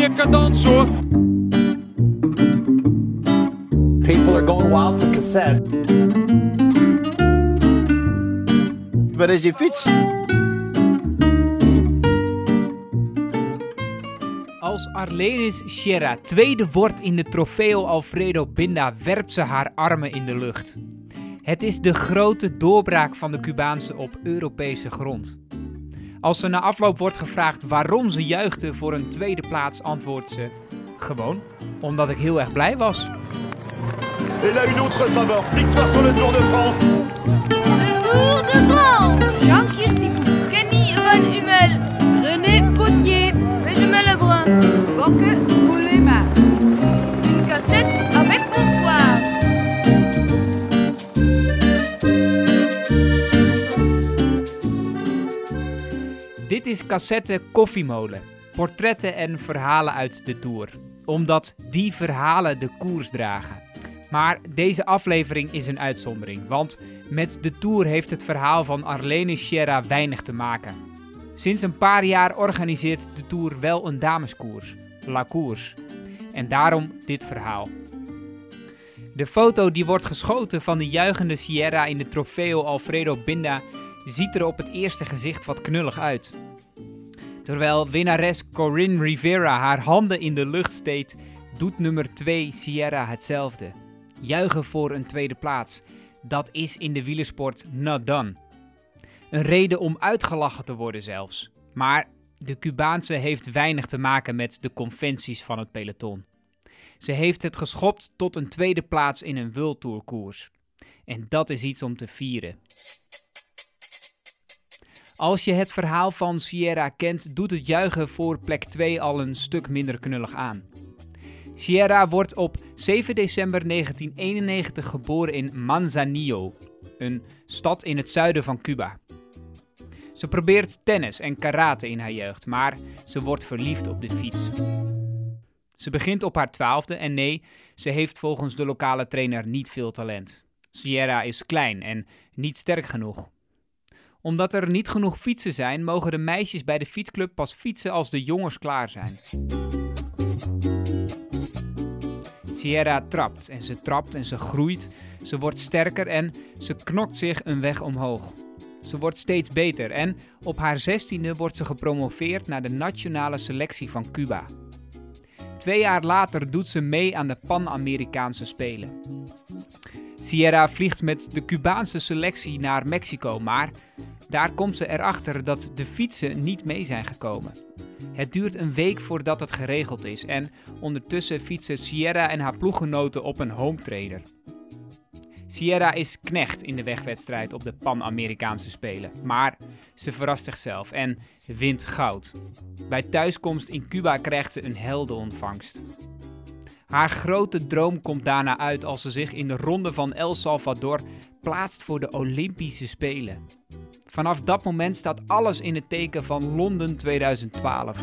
decadence. People are going wild for cassette. Waar is je fiets? Als Arlenis Sierra tweede wordt in de Trofeo Alfredo Binda, werpt ze haar armen in de lucht. Het is de grote doorbraak van de Cubaanse op Europese grond. Als ze na afloop wordt gevraagd waarom ze juichte voor een tweede plaats, antwoordt ze: gewoon omdat ik heel erg blij was. Et là une autre saveur, victoire sur le Tour de France. Le Tour de France. Jean Kirsicou, Kenny Van Hummel, René Potier, Benjamin Lebrun, Bocke Moulema. Une cassette avec pouvoir. Dit is Cassette Koffiemolen. Portretten en verhalen uit de Tour. Omdat die verhalen de koers dragen. Maar deze aflevering is een uitzondering, want met de Tour heeft het verhaal van Arlenis Sierra weinig te maken. Sinds een paar jaar organiseert de Tour wel een dameskoers, La Course. En daarom dit verhaal. De foto die wordt geschoten van de juichende Sierra in de Trofeo Alfredo Binda ziet er op het eerste gezicht wat knullig uit. Terwijl winnares Corinne Rivera haar handen in de lucht steekt, doet nummer 2 Sierra hetzelfde. Juichen voor een tweede plaats. Dat is in de wielersport not done. Een reden om uitgelachen te worden zelfs. Maar de Cubaanse heeft weinig te maken met de conventies van het peloton. Ze heeft het geschopt tot een tweede plaats in een World Tour koers. En dat is iets om te vieren. Als je het verhaal van Sierra kent, doet het juichen voor plek 2 al een stuk minder knullig aan. Sierra wordt op 7 december 1991 geboren in Manzanillo, een stad in het zuiden van Cuba. Ze probeert tennis en karate in haar jeugd, maar ze wordt verliefd op de fiets. Ze begint op haar 12e en nee, ze heeft volgens de lokale trainer niet veel talent. Sierra is klein en niet sterk genoeg. Omdat er niet genoeg fietsen zijn, mogen de meisjes bij de fietsclub pas fietsen als de jongens klaar zijn. Sierra trapt en ze groeit, ze wordt sterker en ze knokt zich een weg omhoog. Ze wordt steeds beter en op haar 16e wordt ze gepromoveerd naar de nationale selectie van Cuba. 2 jaar later doet ze mee aan de Pan-Amerikaanse Spelen. Sierra vliegt met de Cubaanse selectie naar Mexico, maar daar komt ze erachter dat de fietsen niet mee zijn gekomen. Het duurt een week voordat het geregeld is en ondertussen fietsen Sierra en haar ploeggenoten op een home trainer. Sierra is knecht in de wegwedstrijd op de Pan-Amerikaanse Spelen, maar ze verrast zichzelf en wint goud. Bij thuiskomst in Cuba krijgt ze een heldenontvangst. Haar grote droom komt daarna uit als ze zich in de ronde van El Salvador plaatst voor de Olympische Spelen. Vanaf dat moment staat alles in het teken van Londen 2012.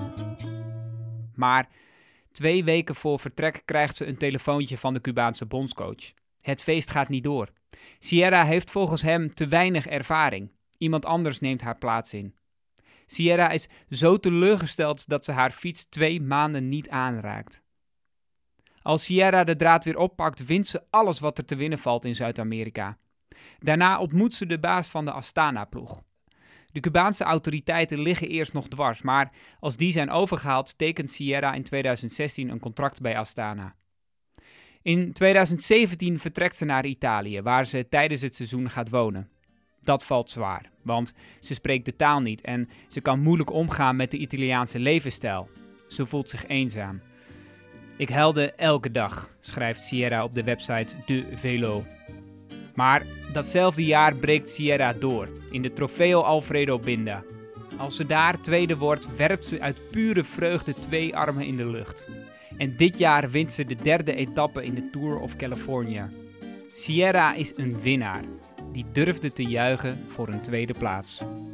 Maar 2 weken voor vertrek krijgt ze een telefoontje van de Cubaanse bondscoach. Het feest gaat niet door. Sierra heeft volgens hem te weinig ervaring. Iemand anders neemt haar plaats in. Sierra is zo teleurgesteld dat ze haar fiets 2 maanden niet aanraakt. Als Sierra de draad weer oppakt, wint ze alles wat er te winnen valt in Zuid-Amerika. Daarna ontmoet ze de baas van de Astana-ploeg. De Cubaanse autoriteiten liggen eerst nog dwars, maar als die zijn overgehaald, tekent Sierra in 2016 een contract bij Astana. In 2017 vertrekt ze naar Italië, waar ze tijdens het seizoen gaat wonen. Dat valt zwaar, want ze spreekt de taal niet en ze kan moeilijk omgaan met de Italiaanse levensstijl. Ze voelt zich eenzaam. Ik huilde elke dag, schrijft Sierra op de website De Velo. Maar datzelfde jaar breekt Sierra door, in de Trofeo Alfredo Binda. Als ze daar tweede wordt, werpt ze uit pure vreugde 2 armen in de lucht. En dit jaar wint ze de 3e etappe in de Tour of California. Sierra is een winnaar, die durfde te juichen voor een tweede plaats.